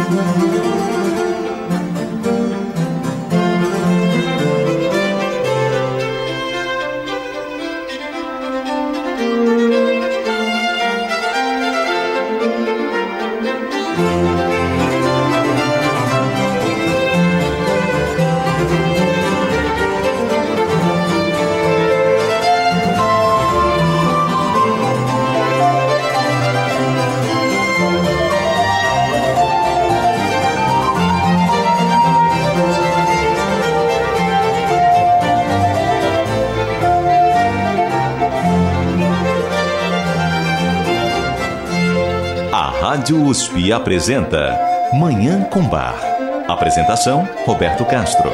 Rádio USP apresenta Manhã com Bar. Apresentação, Roberto Castro.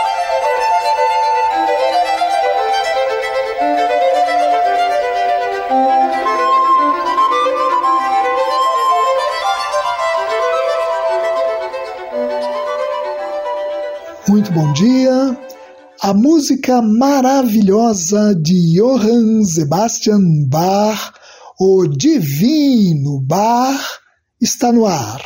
Muito bom dia. A música maravilhosa de Johann Sebastian Bach, o Divino Bach, está no ar.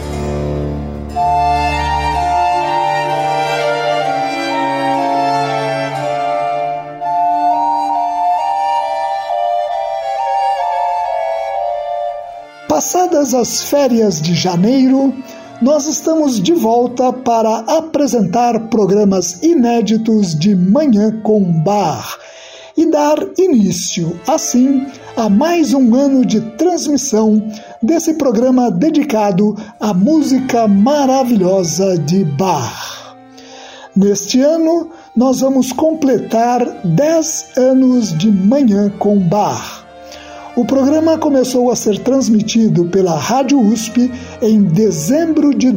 Passadas as férias de janeiro, nós estamos de volta para apresentar programas inéditos de Manhã com Bar e dar início, assim, a mais um ano de transmissão desse programa dedicado à música maravilhosa de Bach. Neste ano, nós vamos completar 10 anos de Manhã com Bach. O programa começou a ser transmitido pela Rádio USP em dezembro de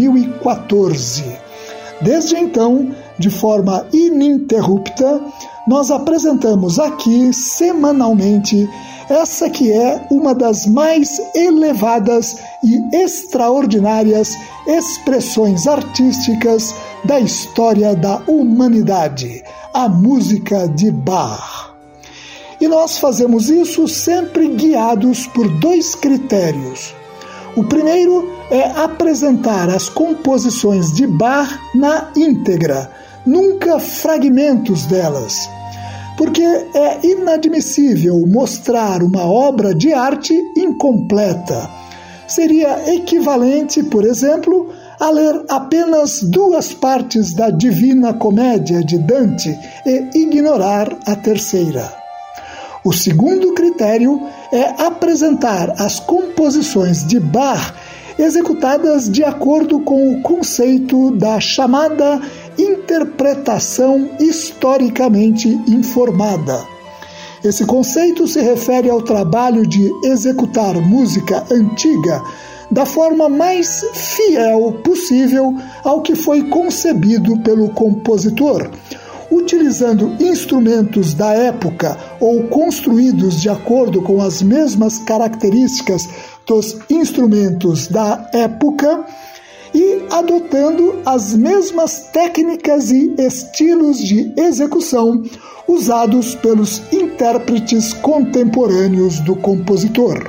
2014. Desde então, de forma ininterrupta, nós apresentamos aqui semanalmente essa que é uma das mais elevadas e extraordinárias expressões artísticas da história da humanidade, a música de Bach. E nós fazemos isso sempre guiados por dois critérios. O primeiro é apresentar as composições de Bach na íntegra, nunca fragmentos delas, porque é inadmissível mostrar uma obra de arte incompleta. Seria equivalente, por exemplo, a ler apenas 2 partes da Divina Comédia de Dante e ignorar a terceira. O segundo critério é apresentar as composições de Bach executadas de acordo com o conceito da chamada interpretação historicamente informada. Esse conceito se refere ao trabalho de executar música antiga da forma mais fiel possível ao que foi concebido pelo compositor, utilizando instrumentos da época ou construídos de acordo com as mesmas características dos instrumentos da época e adotando as mesmas técnicas e estilos de execução usados pelos intérpretes contemporâneos do compositor.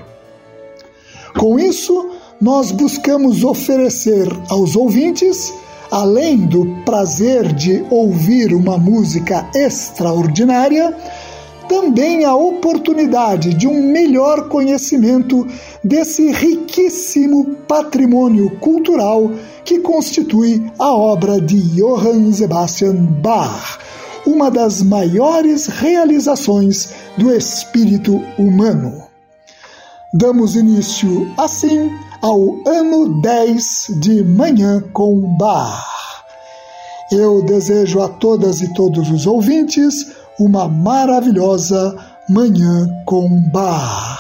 Com isso, nós buscamos oferecer aos ouvintes, além do prazer de ouvir uma música extraordinária, também a oportunidade de um melhor conhecimento desse riquíssimo patrimônio cultural que constitui a obra de Johann Sebastian Bach, uma das maiores realizações do espírito humano. Damos início, assim, ao ano 10 de Manhã com Bach. Eu desejo a todas e todos os ouvintes uma maravilhosa Manhã com Bach.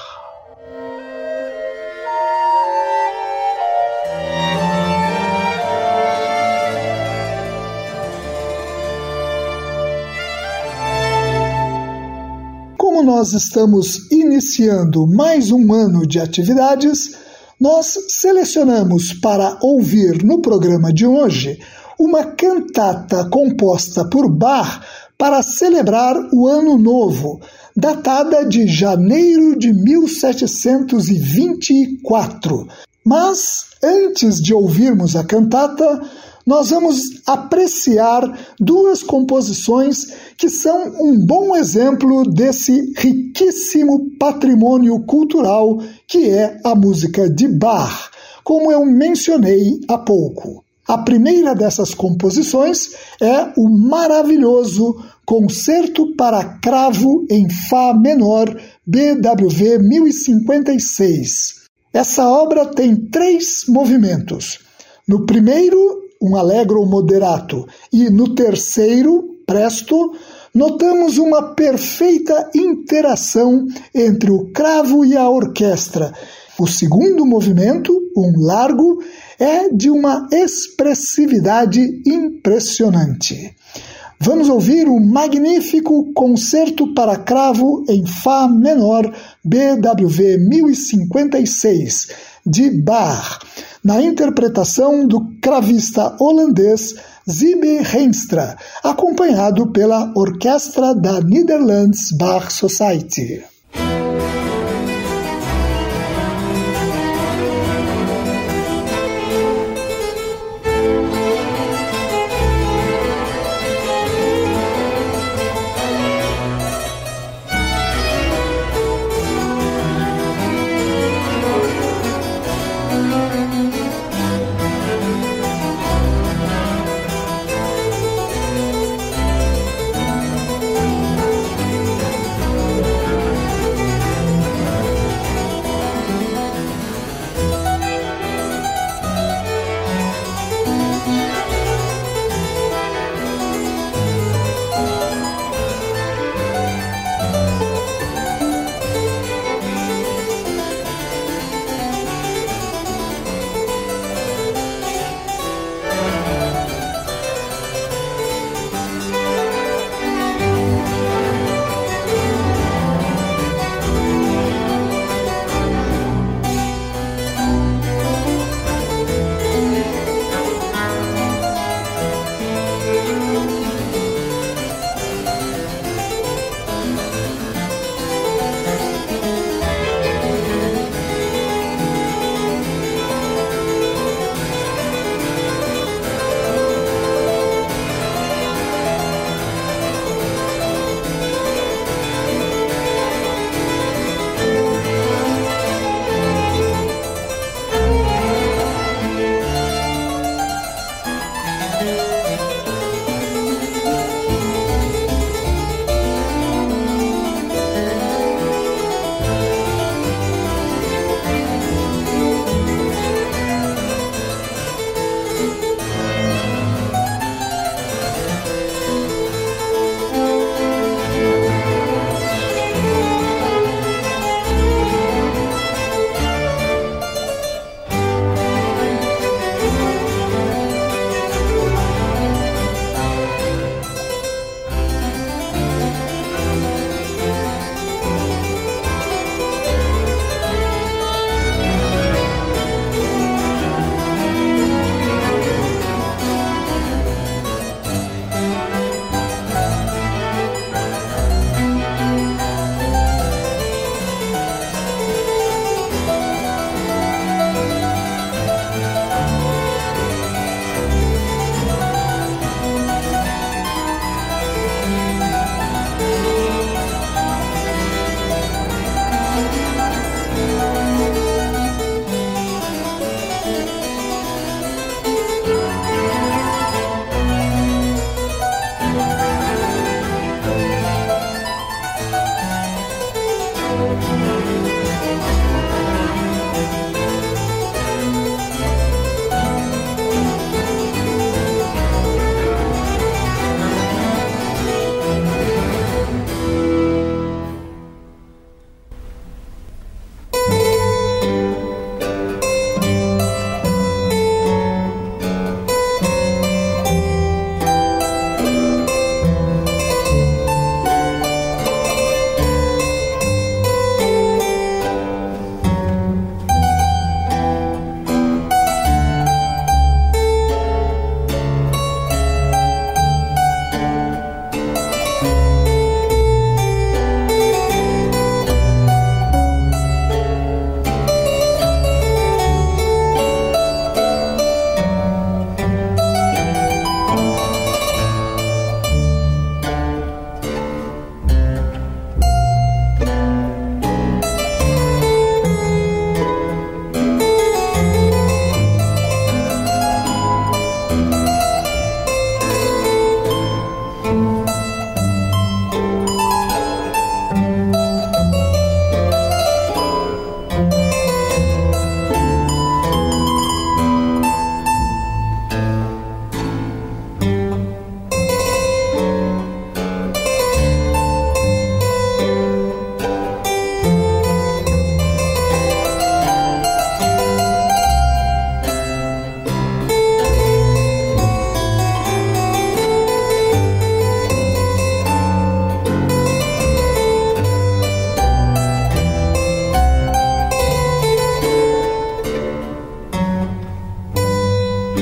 Como nós estamos iniciando mais um ano de atividades, nós selecionamos para ouvir no programa de hoje uma cantata composta por Bach para celebrar o Ano Novo, datada de janeiro de 1724. Mas, antes de ouvirmos a cantata, nós vamos apreciar duas composições que são um bom exemplo desse riquíssimo patrimônio cultural que é a música de Bach, como eu mencionei há pouco. A primeira dessas composições é o maravilhoso Concerto para Cravo em Fá menor, BWV 1056. Essa obra tem 3 movimentos. No primeiro, um allegro moderato, e no terceiro, presto, notamos uma perfeita interação entre o cravo e a orquestra. O segundo movimento, um largo, é de uma expressividade impressionante. Vamos ouvir o magnífico Concerto para Cravo em Fá menor, BWV 1056, de Bach, na interpretação do cravista holandês Siebe Heemstra, acompanhado pela orquestra da Netherlands Bach Society.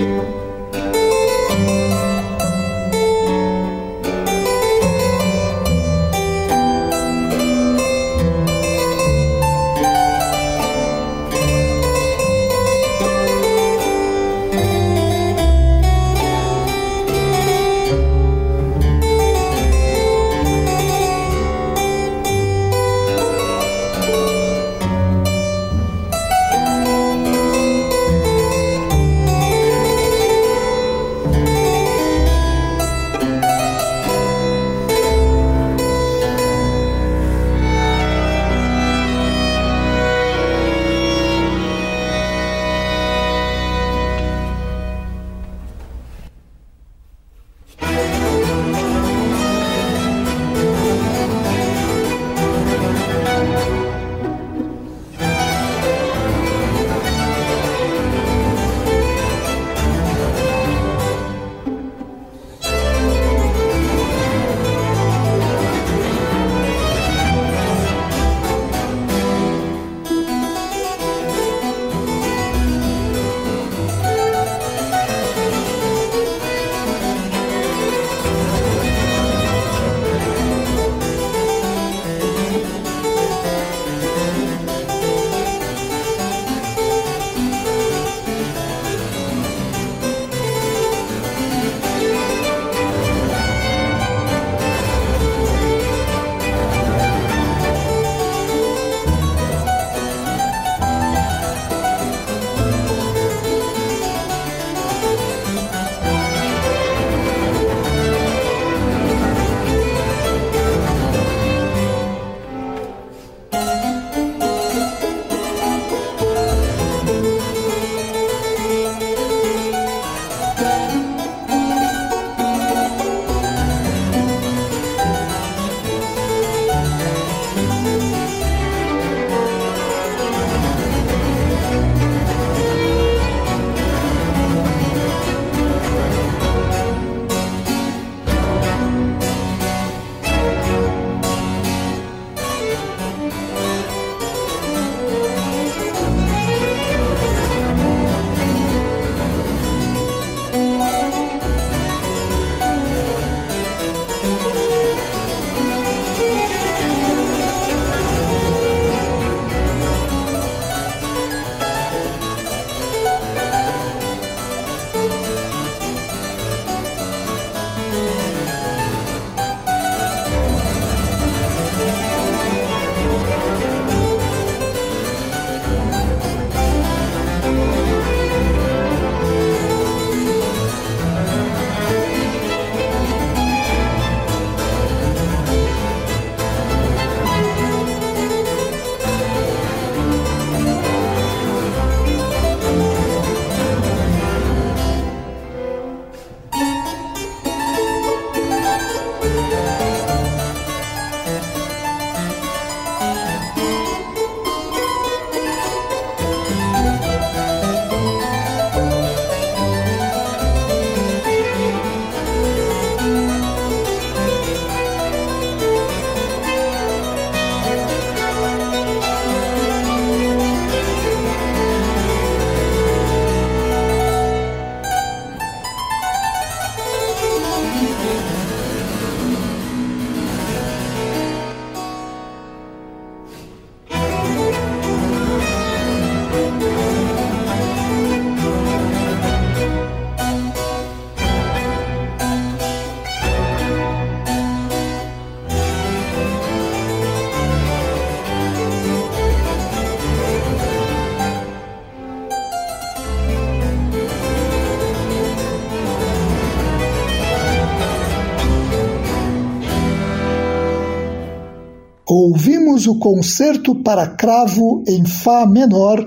Ouvimos o Concerto para Cravo em Fá menor,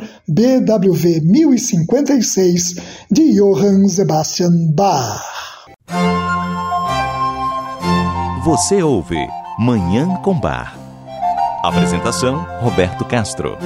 BWV 1056, de Johann Sebastian Bach. Você ouve Manhã com Bar. Apresentação, Roberto Castro.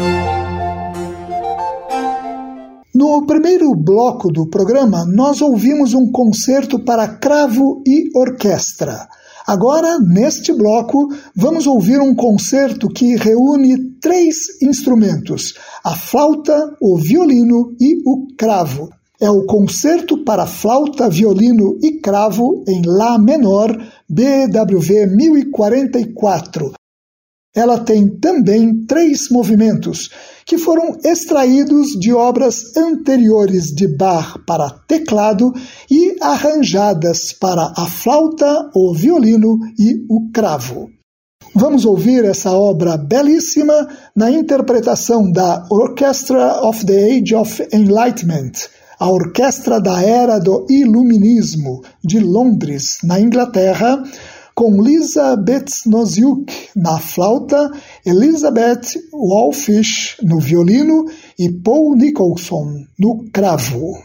No primeiro bloco do programa, nós ouvimos um concerto para cravo e orquestra. Agora, neste bloco, vamos ouvir um concerto que reúne 3 instrumentos, a flauta, o violino e o cravo. É o Concerto para Flauta, Violino e Cravo em Lá menor, BWV 1044. Ela tem também 3 movimentos, que foram extraídos de obras anteriores de Bach para teclado e arranjadas para a flauta, o violino e o cravo. Vamos ouvir essa obra belíssima na interpretação da Orchestra of the Age of Enlightenment, a Orquestra da Era do Iluminismo, de Londres, na Inglaterra, com Lisa Betznosiuk na flauta, Elizabeth Wallfish no violino e Paul Nicholson no cravo.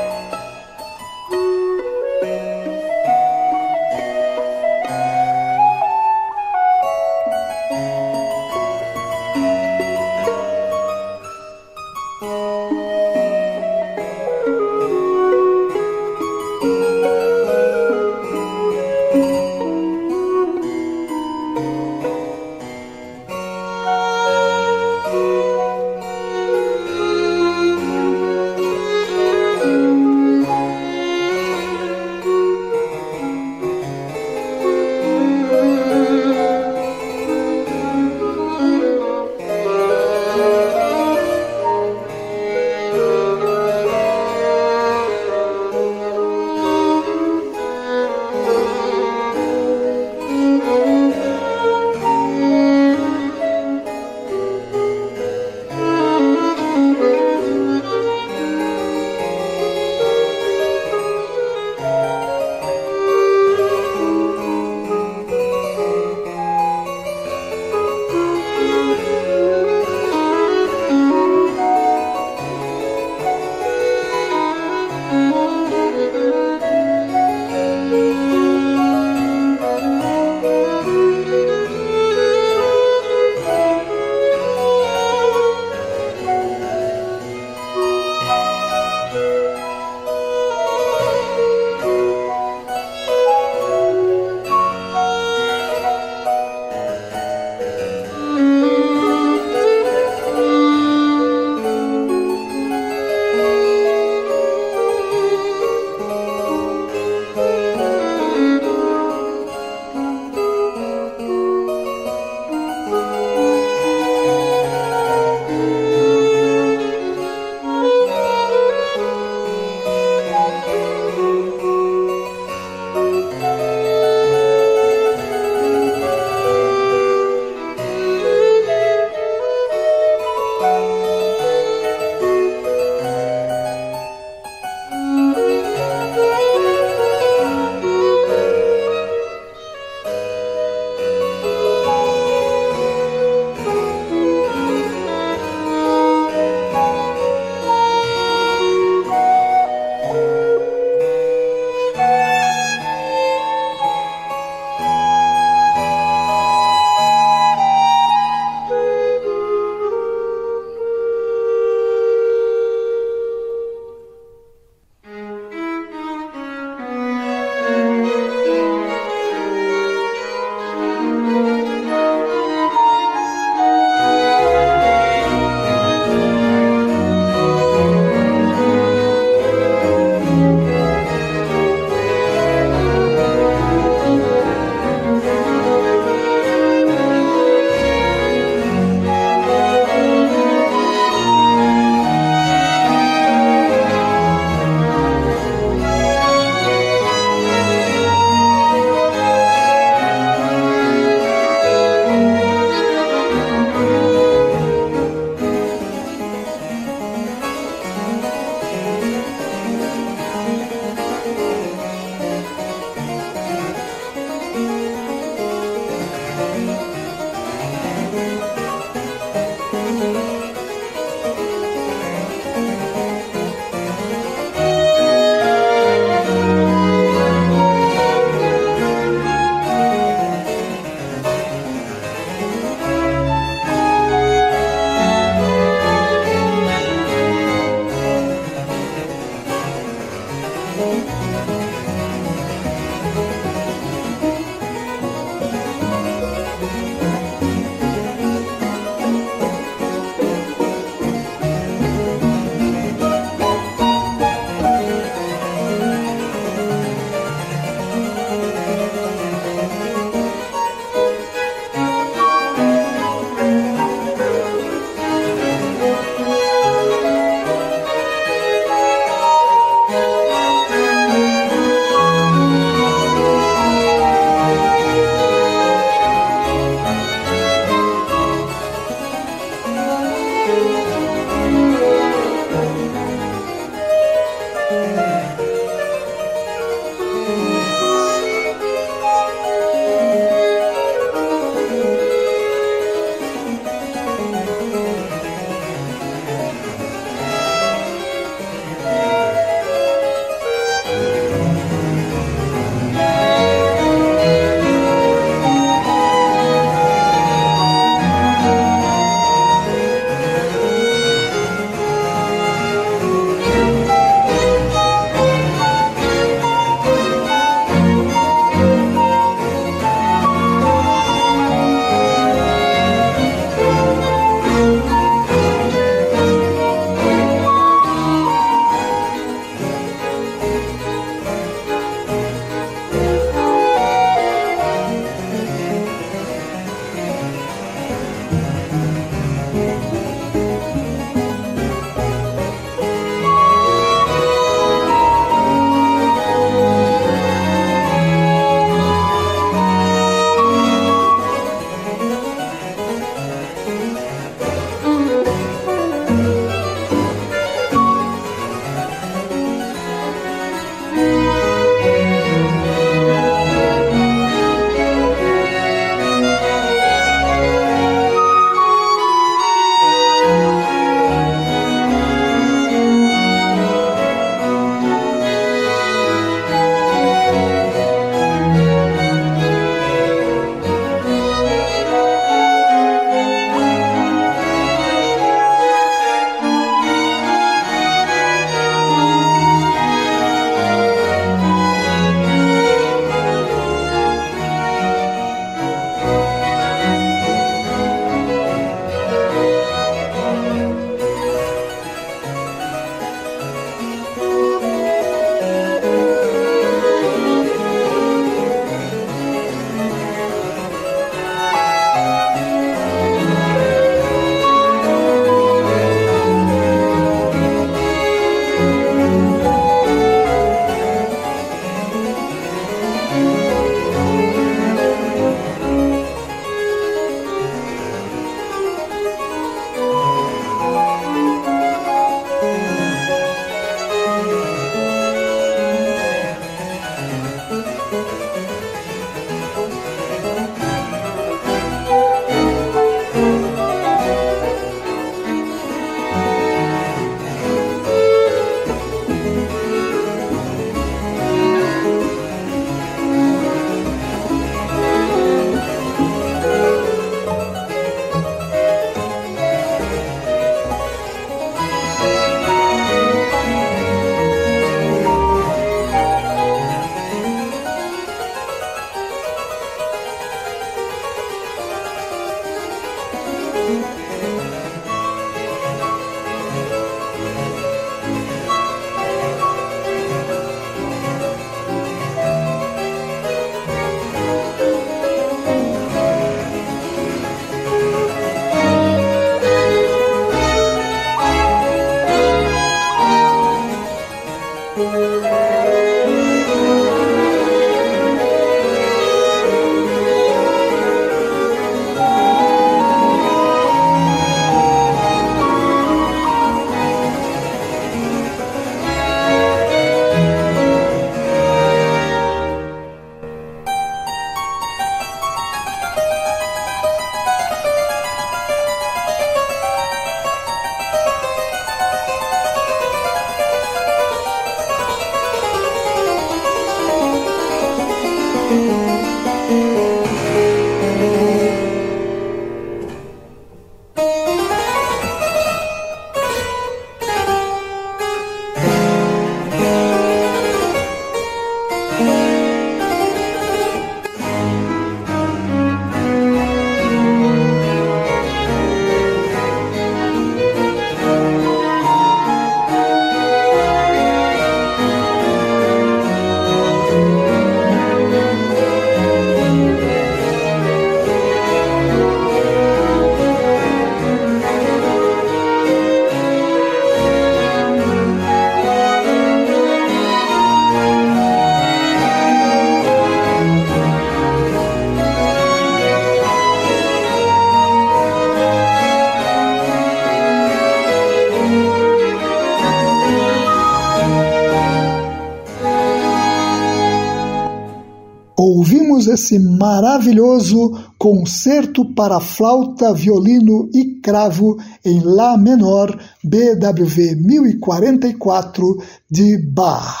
Ouvimos esse maravilhoso concerto para flauta, violino e cravo em Lá menor, BWV 1044, de Bach.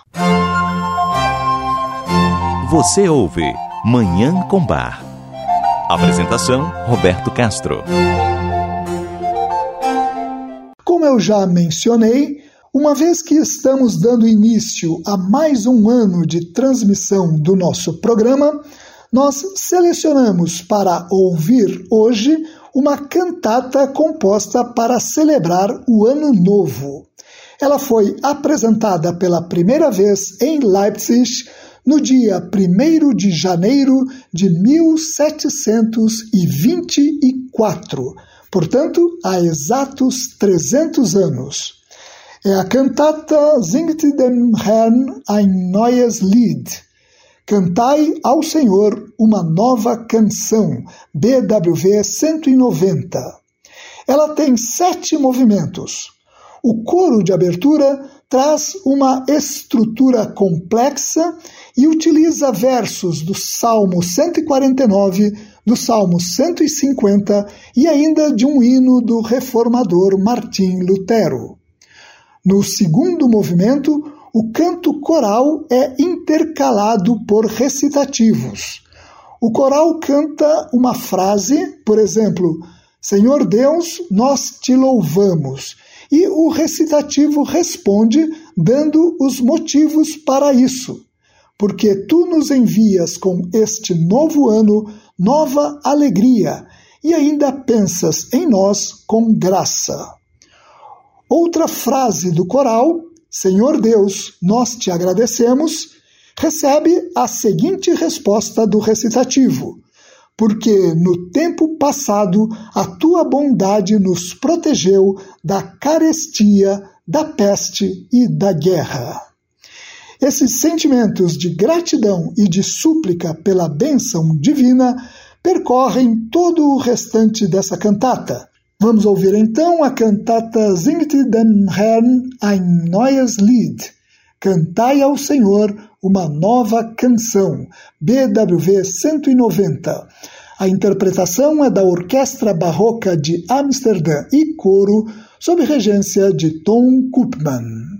Você ouve Manhã com Bar. Apresentação, Roberto Castro. Como eu já mencionei, uma vez que estamos dando início a mais um ano de transmissão do nosso programa, nós selecionamos para ouvir hoje uma cantata composta para celebrar o Ano Novo. Ela foi apresentada pela primeira vez em Leipzig no dia 1º de janeiro de 1724, portanto, há exatos 300 anos. É a cantata Singt dem Herrn ein neues Lied. Cantai ao Senhor uma nova canção, BWV 190. Ela tem 7 movimentos. O coro de abertura traz uma estrutura complexa e utiliza versos do Salmo 149, do Salmo 150 e ainda de um hino do reformador Martim Lutero. No segundo movimento, o canto coral é intercalado por recitativos. O coral canta uma frase, por exemplo, Senhor Deus, nós te louvamos, e o recitativo responde dando os motivos para isso. Porque tu nos envias com este novo ano nova alegria, e ainda pensas em nós com graça. Outra frase do coral, Senhor Deus, nós te agradecemos, recebe a seguinte resposta do recitativo: porque no tempo passado a tua bondade nos protegeu da carestia, da peste e da guerra. Esses sentimentos de gratidão e de súplica pela bênção divina percorrem todo o restante dessa cantata. Vamos ouvir então a cantata Singt dem Herrn ein neues Lied. Cantai ao Senhor uma nova canção, BWV 190. A interpretação é da Orquestra Barroca de Amsterdã e coro, sob regência de Tom Koopman.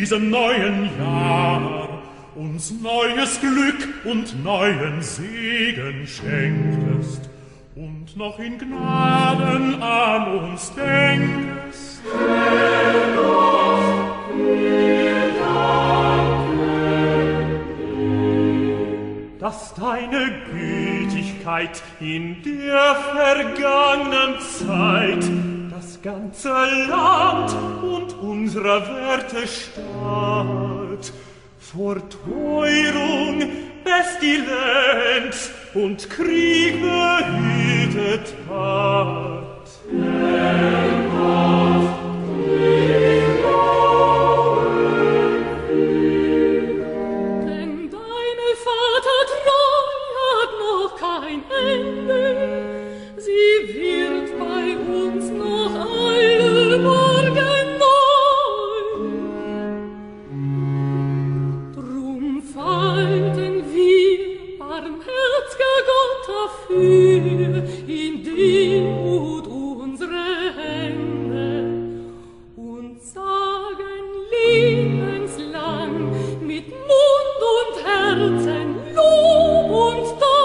diesem neuen Jahr uns neues Glück und neuen Segen schenktest und noch in Gnaden an uns denkest. Dass deine Gütigkeit in der vergangenen Zeit das ganze Land und unsere Werte Stadt vor Teurung, Pestilenz und Krieg behütet hat. Denn Gott, denn deine Vatertreu hat noch kein Ende. Sie wird bei uns noch alle Morgen neu. Drum falten wir, barmherziger Gott, dafür in Demut unsere Hände und sagen lebenslang mit Mund und Herzen Lob und Dank.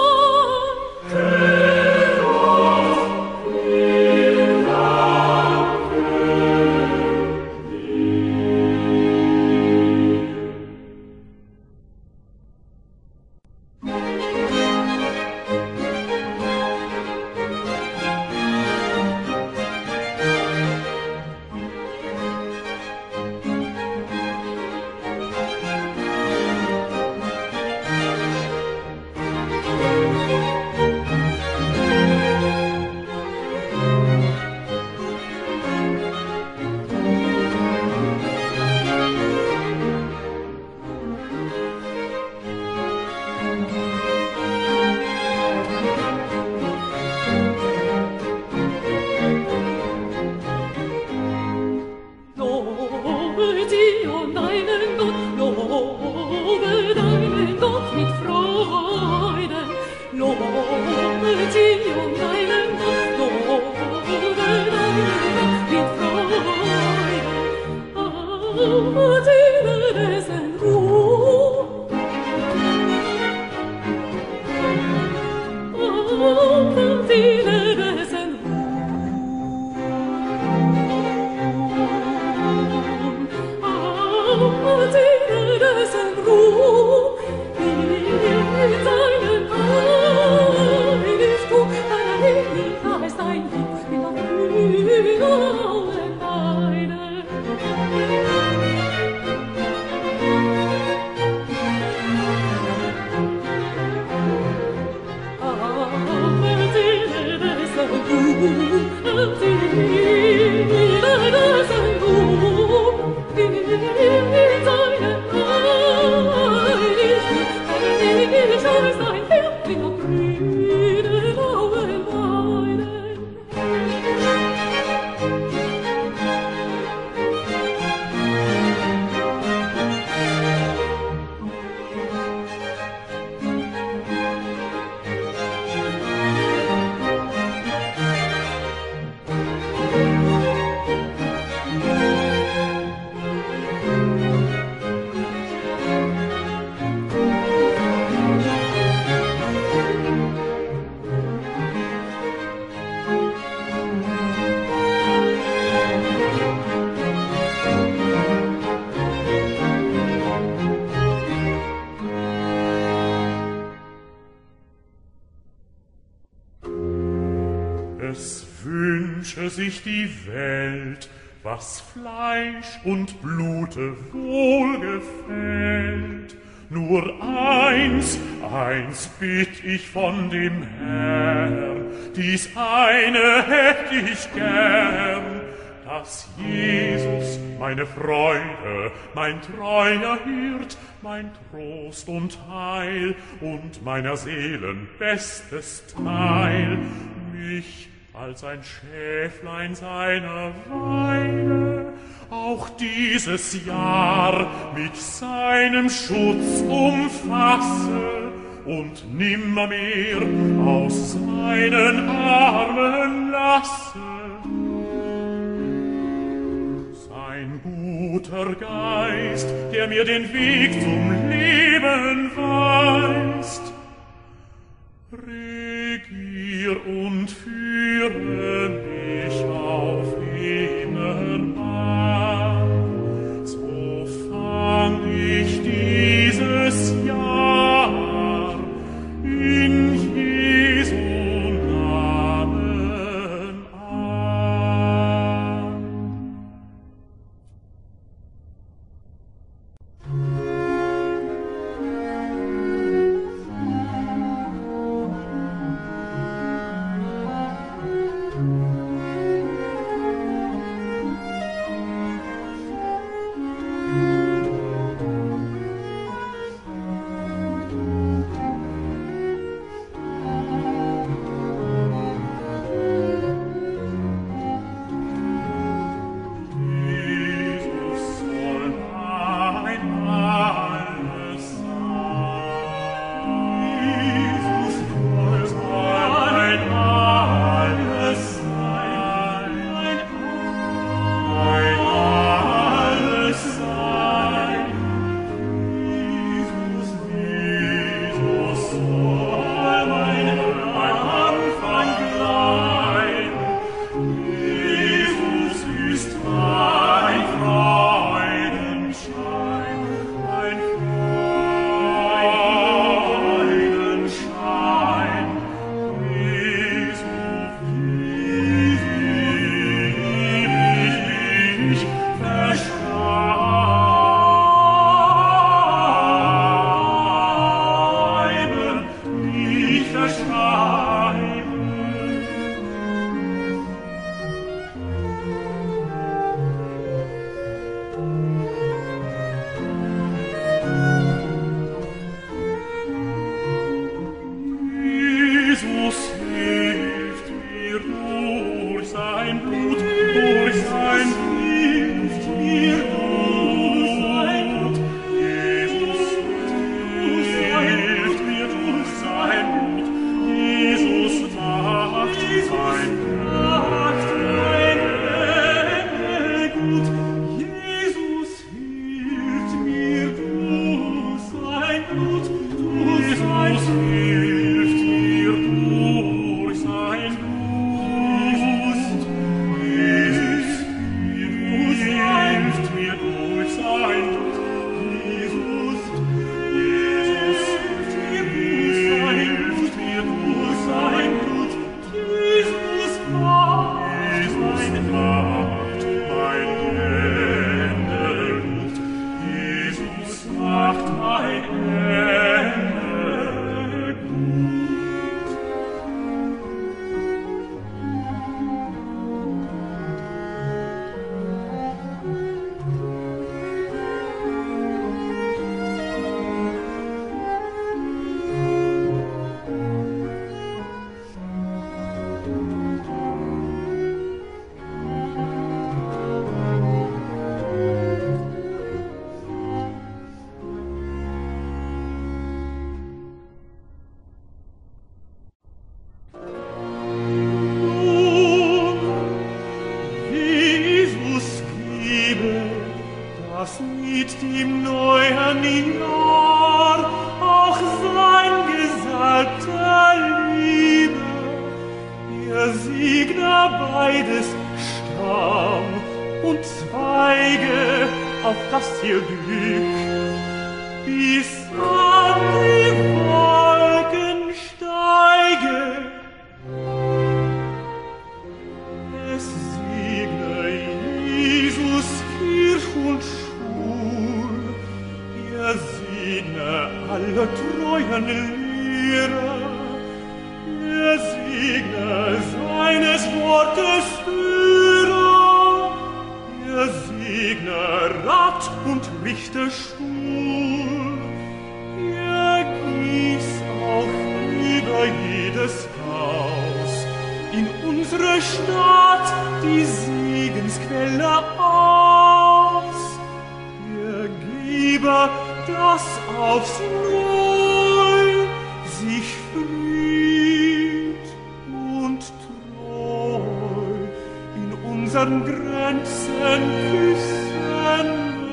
Sich die Welt, was Fleisch und Blute wohlgefällt. Nur eins bitt ich von dem Herrn, dies eine hätt ich gern, dass Jesus meine Freude, mein treuer Hirt, mein Trost und Heil und meiner Seelen bestes Teil mich als ein Schäflein seiner Weide auch dieses Jahr mit seinem Schutz umfasse und nimmermehr aus seinen Armen lasse. Sein guter Geist, der mir den Weg zum Leben weist. Regier und führe mich auf immermann, so fang ich dieses Jahr in Jesu Namen an. Grenzen küssen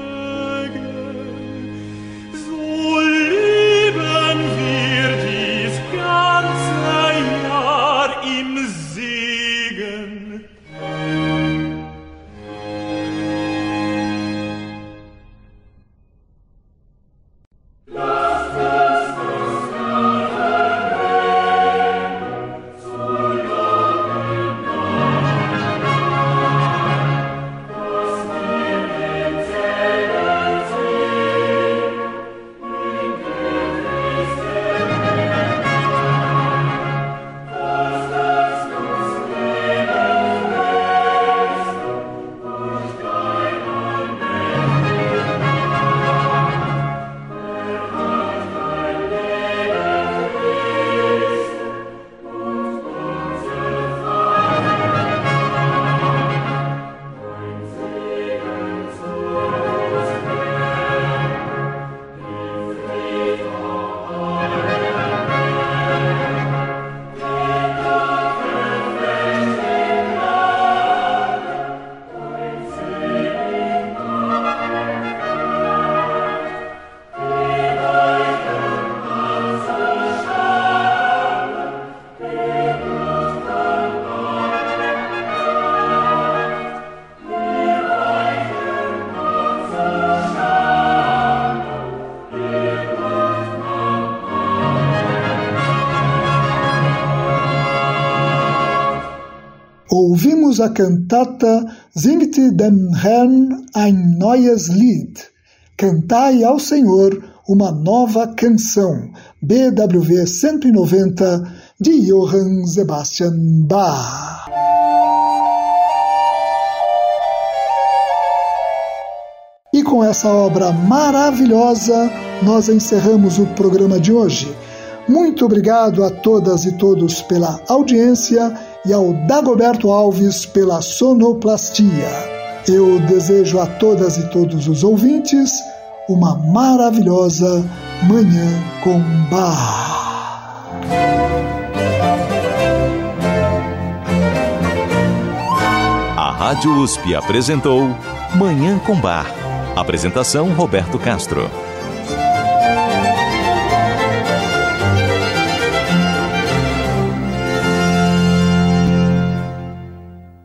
ouvimos a cantata Singt dem Herrn ein neues Lied, Cantai ao Senhor uma nova canção, BWV 190, de Johann Sebastian Bach. E com essa obra maravilhosa, nós encerramos o programa de hoje. Muito obrigado a todas e todos pela audiência e ao Dagoberto Alves pela sonoplastia. Eu desejo a todas e todos os ouvintes uma maravilhosa Manhã com Bach. A Rádio USP apresentou Manhã com Bach. Apresentação Roberto Castro.